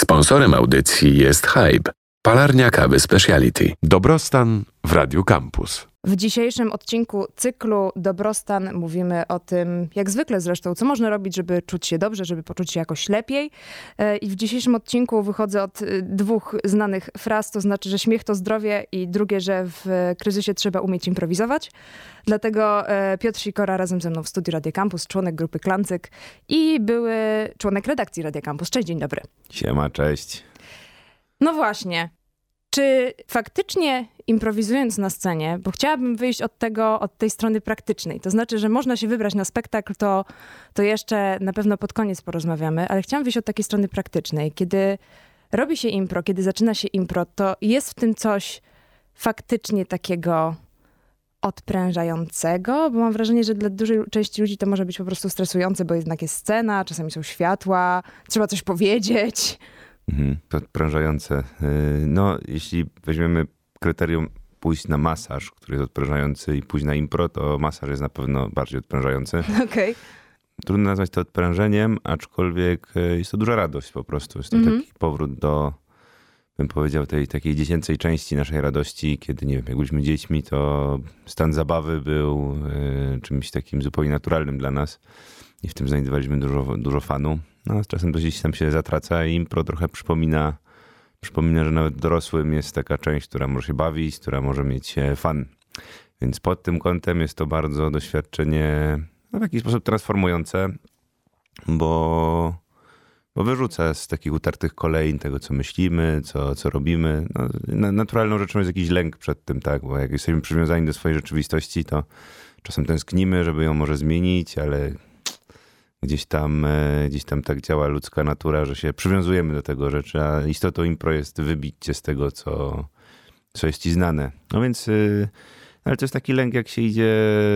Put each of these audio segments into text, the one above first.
Sponsorem audycji jest Hype, palarnia kawy Speciality. Dobrostan w Radiu Campus. W dzisiejszym odcinku cyklu Dobrostan mówimy o tym, jak zwykle zresztą, co można robić, żeby czuć się dobrze, żeby poczuć się jakoś lepiej. I w dzisiejszym odcinku wychodzę od dwóch znanych fraz, to znaczy, że śmiech to zdrowie i drugie, że w kryzysie trzeba umieć improwizować. Dlatego Piotr Sikora razem ze mną w studiu Radia Campus, członek grupy Klancyk i były członek redakcji Radia Campus. Cześć, dzień dobry. Siema, cześć. No właśnie. Czy faktycznie improwizując na scenie, bo chciałabym wyjść od tej strony praktycznej, to znaczy, że można się wybrać na spektakl, to jeszcze na pewno pod koniec porozmawiamy, ale chciałam wyjść od takiej strony praktycznej. Kiedy robi się impro, kiedy zaczyna się impro, to jest w tym coś faktycznie takiego odprężającego, bo mam wrażenie, że dla dużej części ludzi to może być po prostu stresujące, bo jednak jest scena, czasami są światła, trzeba coś powiedzieć. To odprężające. No, jeśli weźmiemy kryterium pójść na masaż, który jest odprężający i pójść na impro, to masaż jest na pewno bardziej odprężający. Okej. Trudno nazwać to odprężeniem, aczkolwiek jest to duża radość po prostu. Jest to taki powrót do, bym powiedział, tej takiej dziecięcej części naszej radości, kiedy, nie wiem, jak byliśmy dziećmi, to stan zabawy był czymś takim zupełnie naturalnym dla nas i w tym znajdowaliśmy dużo fanu. No, z czasem to gdzieś tam się zatraca i impro trochę przypomina, że nawet dorosłym jest taka część, która może się bawić, która może mieć fan. Więc pod tym kątem jest to bardzo doświadczenie w jakiś sposób transformujące, bo wyrzuca z takich utartych kolei tego, co myślimy, co robimy. No, naturalną rzeczą jest jakiś lęk przed tym, tak? Bo jak jesteśmy przywiązani do swojej rzeczywistości, to czasem tęsknimy, żeby ją może zmienić, ale gdzieś tam tak działa ludzka natura, że się przywiązujemy do tego rzeczy, a istotą impro jest wybicie z tego, co jest ci znane. No więc, ale to jest taki lęk, jak się idzie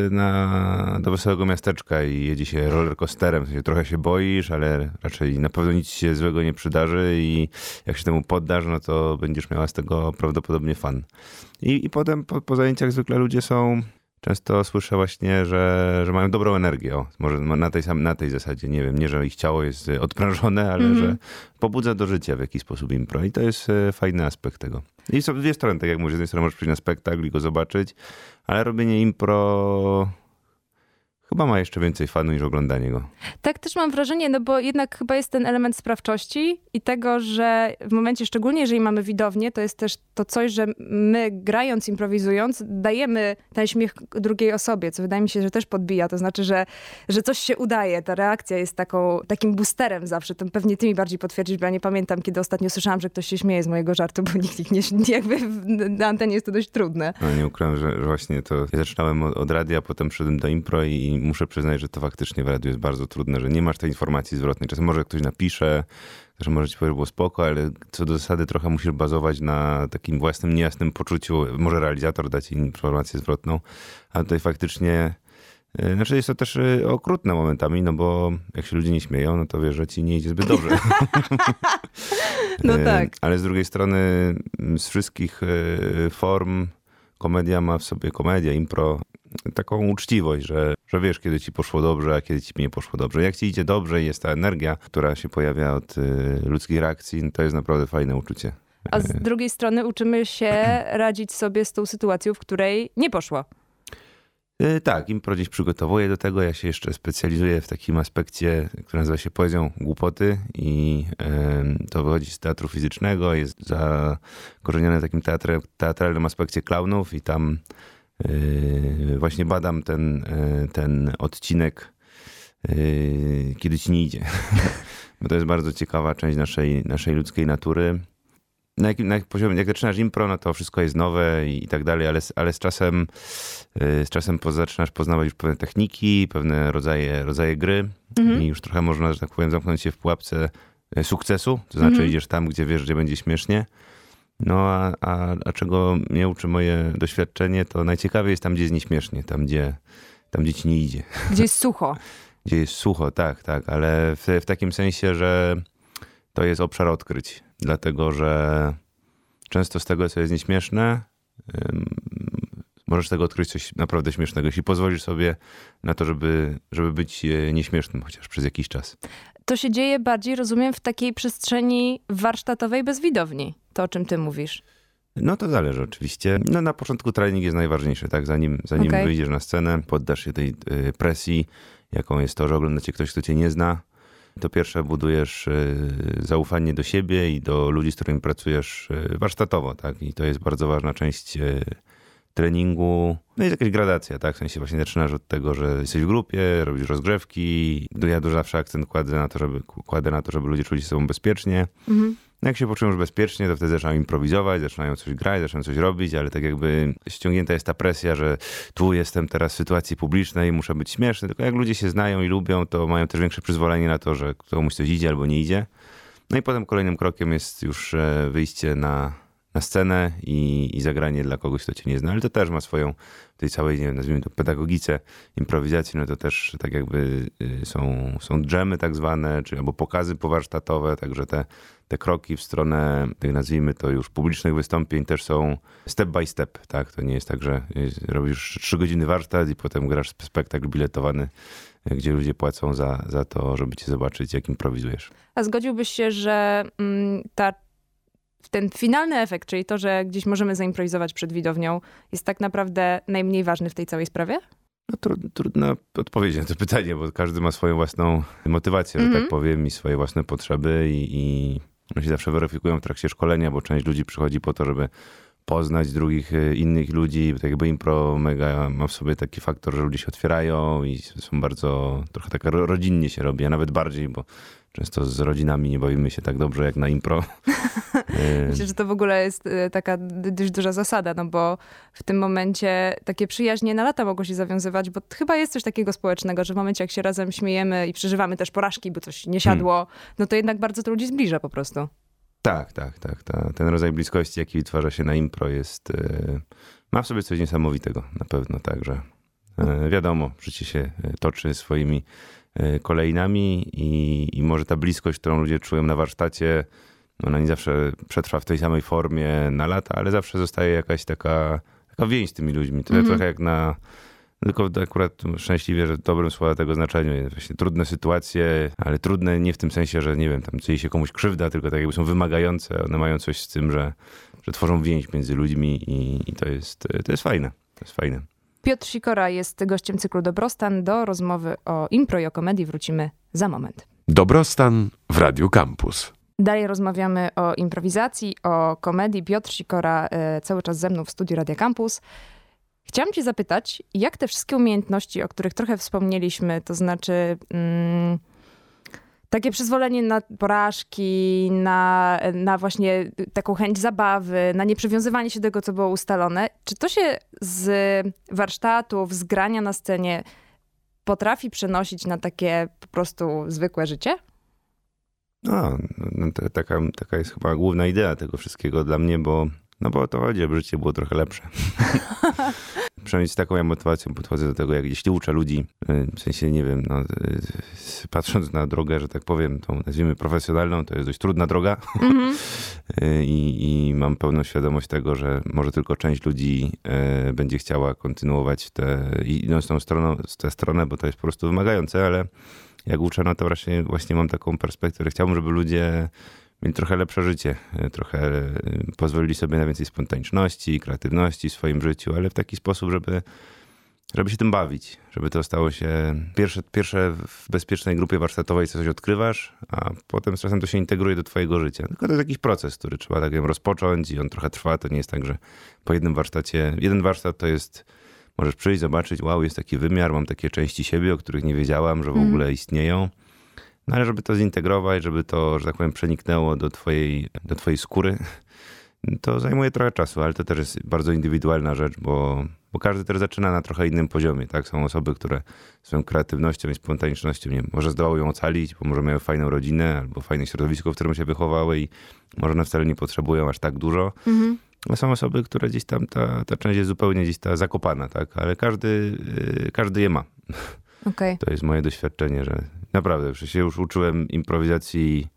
do wesołego miasteczka i jedzie się rollercoasterem, w sensie trochę się boisz, ale raczej na pewno nic się złego nie przydarzy i jak się temu poddasz, no to będziesz miała z tego prawdopodobnie fan. I potem po zajęciach zwykle ludzie są... Często słyszę właśnie, że mają dobrą energię. O, może na tej zasadzie, nie wiem, nie, że ich ciało jest odprężone, ale że pobudza do życia w jakiś sposób impro. I to jest fajny aspekt tego. I są dwie strony, tak jak mówię, z jednej strony możesz przyjść na spektakl i go zobaczyć, ale robienie impro chyba ma jeszcze więcej fanu niż oglądanie go. Tak też mam wrażenie, no bo jednak chyba jest ten element sprawczości i tego, że w momencie, szczególnie jeżeli mamy widownię, to jest też to coś, że my grając, improwizując, dajemy ten śmiech drugiej osobie, co wydaje mi się, że też podbija. To znaczy, że coś się udaje. Ta reakcja jest takim boosterem zawsze. To pewnie ty mi bardziej potwierdzisz, bo ja nie pamiętam, kiedy ostatnio słyszałam, że ktoś się śmieje z mojego żartu, bo nikt nie jakby na antenie jest to dość trudne. No, nie ukrywam, że właśnie to ja zaczynałem od radia, a potem przyszedłem do impro i muszę przyznać, że to faktycznie w radiu jest bardzo trudne, że nie masz tej informacji zwrotnej. Czasem może ktoś napisze, że może ci powie, że było spoko, ale co do zasady trochę musisz bazować na takim własnym, niejasnym poczuciu. Może realizator dać ci informację zwrotną, a tutaj faktycznie znaczy jest to też okrutne momentami, no bo jak się ludzie nie śmieją, no to wiesz, że ci nie idzie zbyt dobrze. No tak. Ale z drugiej strony z wszystkich form komedia ma w sobie, impro, taką uczciwość, że wiesz, kiedy ci poszło dobrze, a kiedy ci nie poszło dobrze. Jak ci idzie dobrze i jest ta energia, która się pojawia od ludzkich reakcji, to jest naprawdę fajne uczucie. A z drugiej strony uczymy się radzić sobie z tą sytuacją, w której nie poszło. Tak, impro gdzieś przygotowuję do tego. Ja się jeszcze specjalizuję w takim aspekcie, który nazywa się poezją głupoty i to wychodzi z teatru fizycznego, jest zakorzenione w takim teatralnym aspekcie klaunów i tam właśnie badam ten odcinek, kiedy ci nie idzie. Bo to jest bardzo ciekawa część naszej ludzkiej natury. Na jakim poziomie, jak zaczynasz impro, no to wszystko jest nowe i tak dalej, ale z czasem zaczynasz poznawać już pewne techniki, pewne rodzaje gry i już trochę można, że tak powiem, zamknąć się w pułapce sukcesu, to znaczy idziesz tam, gdzie wiesz, gdzie będzie śmiesznie. No a czego mnie uczy moje doświadczenie, to najciekawiej jest tam, gdzie jest nieśmiesznie, tam gdzie ci nie idzie. Gdzie jest sucho. Gdzie jest sucho, tak, ale w takim sensie, że to jest obszar odkryć. Dlatego, że często z tego, co jest nieśmieszne, możesz tego odkryć coś naprawdę śmiesznego, jeśli pozwolisz sobie na to, żeby być nieśmiesznym chociaż przez jakiś czas. To się dzieje bardziej, rozumiem, w takiej przestrzeni warsztatowej bez widowni. To, o czym ty mówisz. No to zależy oczywiście. No na początku trening jest najważniejszy, tak? Zanim Okej. wyjdziesz na scenę, poddasz się tej presji, jaką jest to, że ogląda cię ktoś, kto cię nie zna. To pierwsze budujesz zaufanie do siebie i do ludzi, z którymi pracujesz warsztatowo, tak? I to jest bardzo ważna część treningu. No jest jakaś gradacja, tak? W sensie właśnie zaczynasz od tego, że jesteś w grupie, robisz rozgrzewki. Ja dużo zawsze akcent kładę na to, żeby ludzie czuli się sobą bezpiecznie. Mhm. No jak się poczują już bezpiecznie, to wtedy zaczynają improwizować, zaczynają coś grać, zaczynają coś robić, ale tak jakby ściągnięta jest ta presja, że tu jestem teraz w sytuacji publicznej, muszę być śmieszny. Tylko jak ludzie się znają i lubią, to mają też większe przyzwolenie na to, że komuś coś idzie albo nie idzie. No i potem kolejnym krokiem jest już wyjście na scenę i zagranie dla kogoś, kto cię nie zna. Ale to też ma swoją, tej całej, nie wiem, nazwijmy to pedagogice, improwizacji, no to też tak jakby są dżemy tak zwane, czy albo pokazy powarsztatowe, także te kroki w stronę tych, nazwijmy to już publicznych wystąpień też są step by step, tak? To nie jest tak, że robisz 3 godziny warsztat i potem grasz spektakl biletowany, gdzie ludzie płacą za to, żeby cię zobaczyć, jak improwizujesz. A zgodziłbyś się, że ten finalny efekt, czyli to, że gdzieś możemy zaimprowizować przed widownią, jest tak naprawdę najmniej ważny w tej całej sprawie? No trudno odpowiedzieć na to pytanie, bo każdy ma swoją własną motywację, że tak powiem, i swoje własne potrzeby i one się zawsze weryfikują w trakcie szkolenia, bo część ludzi przychodzi po to, żeby poznać drugich, innych ludzi. Tak jakby impro mega ma w sobie taki faktor, że ludzie się otwierają i są bardzo, trochę tak rodzinnie się robi, a nawet bardziej, bo często z rodzinami nie bawimy się tak dobrze jak na impro. Myślę, że to w ogóle jest taka dość duża zasada, no bo w tym momencie takie przyjaźnie na lata mogą się zawiązywać, bo chyba jest coś takiego społecznego, że w momencie jak się razem śmiejemy i przeżywamy też porażki, bo coś nie siadło, no to jednak bardzo to ludzi zbliża po prostu. Tak. Ten rodzaj bliskości, jaki wytwarza się na impro ma w sobie coś niesamowitego na pewno, także wiadomo, życie się toczy swoimi kolejnami i może ta bliskość, którą ludzie czują na warsztacie, ona nie zawsze przetrwa w tej samej formie na lata, ale zawsze zostaje jakaś taka więź z tymi ludźmi. To trochę jak tylko akurat szczęśliwie, że w dobrym słowa tego znaczeniu jest właśnie trudne sytuacje, ale trudne nie w tym sensie, że nie wiem, tam dzieje się komuś krzywda, tylko tak jakby są wymagające. One mają coś z tym, że tworzą więź między ludźmi i to jest fajne. To jest fajne. Piotr Sikora jest gościem cyklu Dobrostan. Do rozmowy o impro i o komedii wrócimy za moment. Dobrostan w Radiu Campus. Dalej rozmawiamy o improwizacji, o komedii. Piotr Sikora cały czas ze mną w studiu Radia Campus. Chciałam cię zapytać, jak te wszystkie umiejętności, o których trochę wspomnieliśmy, to znaczy takie przyzwolenie na porażki, na właśnie taką chęć zabawy, na nieprzywiązywanie się do tego, co było ustalone, czy to się z warsztatów, z grania na scenie potrafi przenosić na takie po prostu zwykłe życie? No, taka jest chyba główna idea tego wszystkiego dla mnie, bo o to chodzi, żeby życie było trochę lepsze. Przynajmniej z taką ja motywacją podchodzę do tego, jak jeśli uczę ludzi, w sensie, nie wiem, patrząc na drogę, że tak powiem, tą nazwijmy profesjonalną, to jest dość trudna droga. I mam pełną świadomość tego, że może tylko część ludzi będzie chciała kontynuować idąc w tę stronę, bo to jest po prostu wymagające, ale jak uczę, no to właśnie mam taką perspektywę. Chciałbym, żeby ludzie mieli trochę lepsze życie, trochę pozwolili sobie na więcej spontaniczności, kreatywności w swoim życiu, ale w taki sposób, żeby się tym bawić, żeby to stało się pierwsze w bezpiecznej grupie warsztatowej coś odkrywasz, a potem z czasem to się integruje do twojego życia. Tylko to jest jakiś proces, który trzeba tak wiem rozpocząć i on trochę trwa. To nie jest tak, że po jeden warsztat to jest, możesz przyjść, zobaczyć, wow, jest taki wymiar, mam takie części siebie, o których nie wiedziałam, że w ogóle istnieją. No ale żeby to zintegrować, żeby to, że tak powiem, przeniknęło do twojej skóry, to zajmuje trochę czasu, ale to też jest bardzo indywidualna rzecz, bo każdy też zaczyna na trochę innym poziomie, tak? Są osoby, które swoją kreatywnością i spontanicznością, nie wiem, może zdołały ją ocalić, bo może mają fajną rodzinę albo fajne środowisko, w którym się wychowały i może one wcale nie potrzebują aż tak dużo. A są osoby, które gdzieś tam ta część jest zupełnie gdzieś ta zakopana, tak? Ale każdy je ma. Okay. To jest moje doświadczenie, że naprawdę, przecież się już uczyłem improwizacji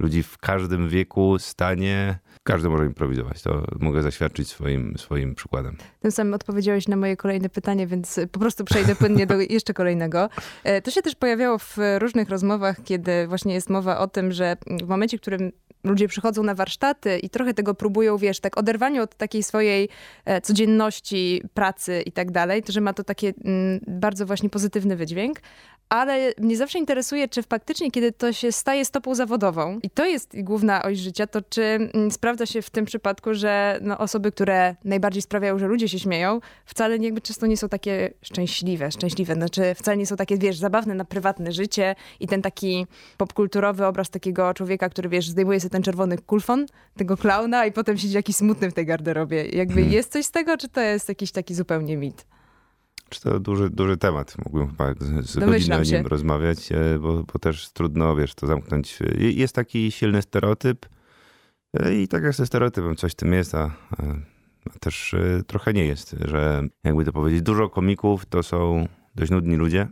ludzi w każdym wieku, stanie. Każdy może improwizować. To mogę zaświadczyć swoim przykładem. Tym samym odpowiedziałeś na moje kolejne pytanie, więc po prostu przejdę płynnie do jeszcze kolejnego. To się też pojawiało w różnych rozmowach, kiedy właśnie jest mowa o tym, że w momencie, w którym ludzie przychodzą na warsztaty i trochę tego próbują, wiesz, tak oderwaniu od takiej swojej codzienności, pracy i tak dalej, to że ma to takie bardzo właśnie pozytywny wydźwięk. Ale mnie zawsze interesuje, czy faktycznie, kiedy to się staje stopą zawodową i to jest główna oś życia, to czy sprawdza się w tym przypadku, że no, osoby, które najbardziej sprawiają, że ludzie się śmieją, wcale jakby często nie są takie szczęśliwe, znaczy wcale nie są takie, wiesz, zabawne na prywatne życie i ten taki popkulturowy obraz takiego człowieka, który, wiesz, zdejmuje sobie ten czerwony kulfon, tego klauna i potem siedzi jakiś smutny w tej garderobie. Jakby jest coś z tego, czy to jest jakiś taki zupełnie mit? Czy to duży temat. Mógłbym chyba z godziny o nim rozmawiać, bo też trudno, wiesz, to zamknąć. Jest taki silny stereotyp i tak jak ze stereotypem coś w tym jest, a też trochę nie jest, że jakby to powiedzieć, dużo komików to są dość nudni ludzie.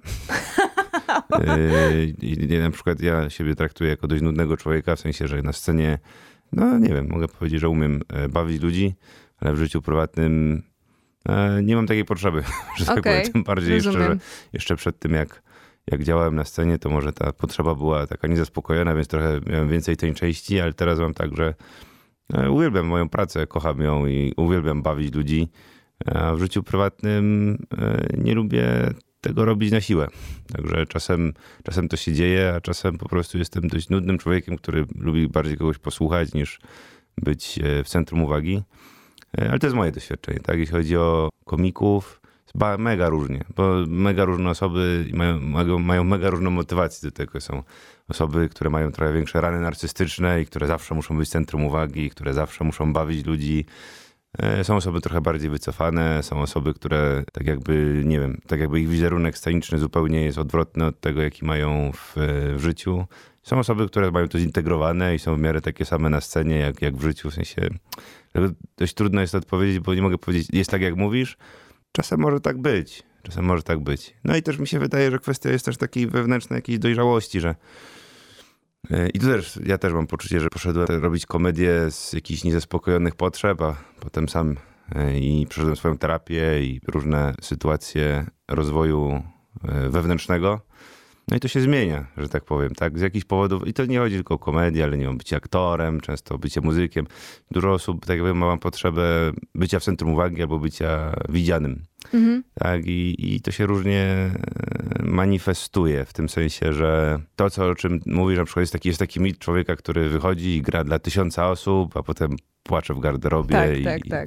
I na przykład ja siebie traktuję jako dość nudnego człowieka, w sensie, że na scenie, no nie wiem, mogę powiedzieć, że umiem bawić ludzi, ale w życiu prywatnym nie mam takiej potrzeby, że tak powiem. Tym bardziej jeszcze przed tym, jak działałem na scenie, to może ta potrzeba była taka niezaspokojona, więc trochę miałem więcej tej części, ale teraz mam tak, że uwielbiam moją pracę, kocham ją i uwielbiam bawić ludzi, a w życiu prywatnym nie lubię tego robić na siłę. Także czasem to się dzieje, a czasem po prostu jestem dość nudnym człowiekiem, który lubi bardziej kogoś posłuchać niż być w centrum uwagi. Ale to jest moje doświadczenie, tak? Jeśli chodzi o komików, mega różnie, bo mega różne osoby mają mega różną motywację do tego. Są osoby, które mają trochę większe rany narcystyczne i które zawsze muszą być centrum uwagi, które zawsze muszą bawić ludzi. Są osoby trochę bardziej wycofane, są osoby, które tak jakby, nie wiem, tak jakby ich wizerunek sceniczny zupełnie jest odwrotny od tego, jaki mają w życiu. Są osoby, które mają to zintegrowane i są w miarę takie same na scenie, jak w życiu, w sensie dość trudno jest odpowiedzieć, bo nie mogę powiedzieć, jest tak jak mówisz. Czasem może tak być. No i też mi się wydaje, że kwestia jest też takiej wewnętrznej jakiejś dojrzałości, że i tu też, ja też mam poczucie, że poszedłem robić komedię z jakichś niezaspokojonych potrzeb, a potem sam i przeszedłem swoją terapię i różne sytuacje rozwoju wewnętrznego. No i to się zmienia, że tak powiem, tak? Z jakichś powodów, i to nie chodzi tylko o komedię, ale nie wiem, bycie aktorem, często bycie muzykiem. Dużo osób, tak jakby ma potrzebę bycia w centrum uwagi albo bycia widzianym. Tak? I to się różnie manifestuje w tym sensie, że to, o czym mówisz, na przykład jest taki mit człowieka, który wychodzi i gra dla 1000 osób, a potem płacze w garderobie. Tak.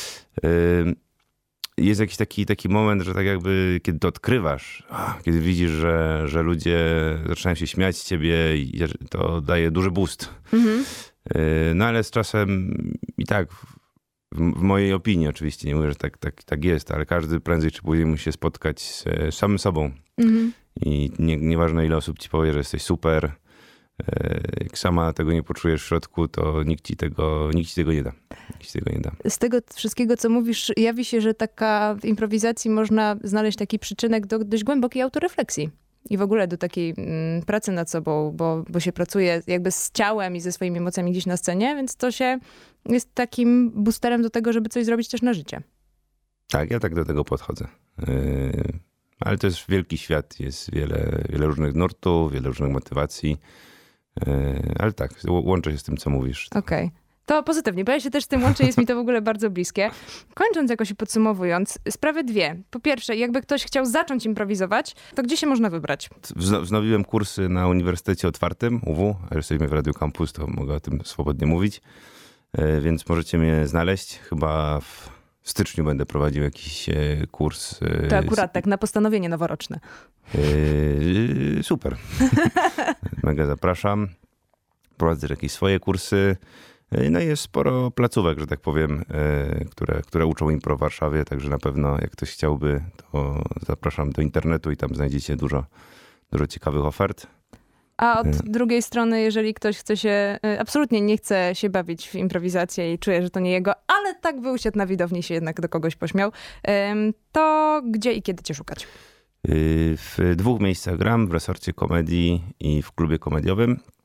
Jest jakiś taki moment, że tak jakby, kiedy to odkrywasz, kiedy widzisz, że ludzie zaczynają się śmiać z ciebie i to daje duży boost. No ale z czasem i tak, w mojej opinii oczywiście, nie mówię, że tak jest, ale każdy prędzej czy później musi się spotkać z samym sobą. I nieważne ile osób ci powie, że jesteś super, jak sama tego nie poczujesz w środku, to nikt ci tego nie da. Z tego wszystkiego, co mówisz, jawi się, że w improwizacji można znaleźć taki przyczynek do dość głębokiej autorefleksji. I w ogóle do takiej pracy nad sobą, bo się pracuje jakby z ciałem i ze swoimi emocjami gdzieś na scenie, więc to się jest takim boosterem do tego, żeby coś zrobić też na życie. Tak, ja tak do tego podchodzę. Ale to jest wielki świat, jest wiele różnych nurtów, wiele różnych motywacji. Ale tak, łączę się z tym, co mówisz. Okej. To pozytywnie, bo ja się też z tym łączę, jest mi to w ogóle bardzo bliskie. Kończąc jakoś i podsumowując, sprawy dwie. Po pierwsze, jakby ktoś chciał zacząć improwizować, to gdzie się można wybrać? Wznowiłem kursy na Uniwersytecie Otwartym, UW, a jesteśmy w Radiu Campus, to mogę o tym swobodnie mówić. Więc możecie mnie znaleźć. Chyba w styczniu będę prowadził jakiś kurs. To akurat tak na postanowienie noworoczne. Super. Mega zapraszam. Prowadzę jakieś swoje kursy. No i jest sporo placówek, że tak powiem, które uczą impro w Warszawie, także na pewno jak ktoś chciałby, to zapraszam do internetu i tam znajdziecie dużo ciekawych ofert. A od drugiej strony, jeżeli ktoś absolutnie nie chce się bawić w improwizację i czuje, że to nie jego, ale tak by usiadł na widowni, się jednak do kogoś pośmiał, to gdzie i kiedy cię szukać? W 2 miejscach gram, w Resorcie Komedii i w Klubie Komediowym.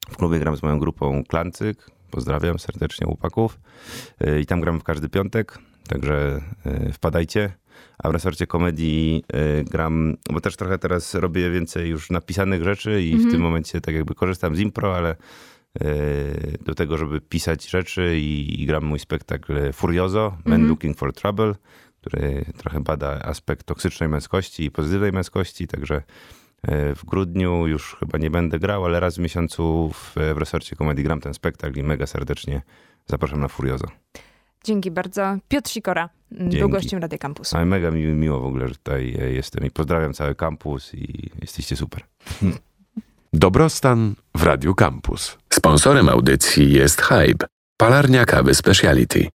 W klubie gram z moją grupą Klancyk. Pozdrawiam serdecznie chłopaków. I tam gram w każdy piątek, także wpadajcie. A w resorcie komedii gram, bo też trochę teraz robię więcej już napisanych rzeczy i w tym momencie tak jakby korzystam z impro, ale do tego, żeby pisać rzeczy i gram mój spektakl Furioso, Men Looking for Trouble, który trochę bada aspekt toksycznej męskości i pozytywnej męskości, także w grudniu już chyba nie będę grał, ale raz w miesiącu w resorcie komedii gram ten spektakl i mega serdecznie zapraszam na Furioso. Dzięki bardzo. Piotr Sikora był gościem Radia Campus. Ale mega mi miło w ogóle, że tutaj jestem i pozdrawiam cały kampus i jesteście super. Dobrostan w Radiu Campus. Sponsorem audycji jest Hype, palarnia kawy Speciality.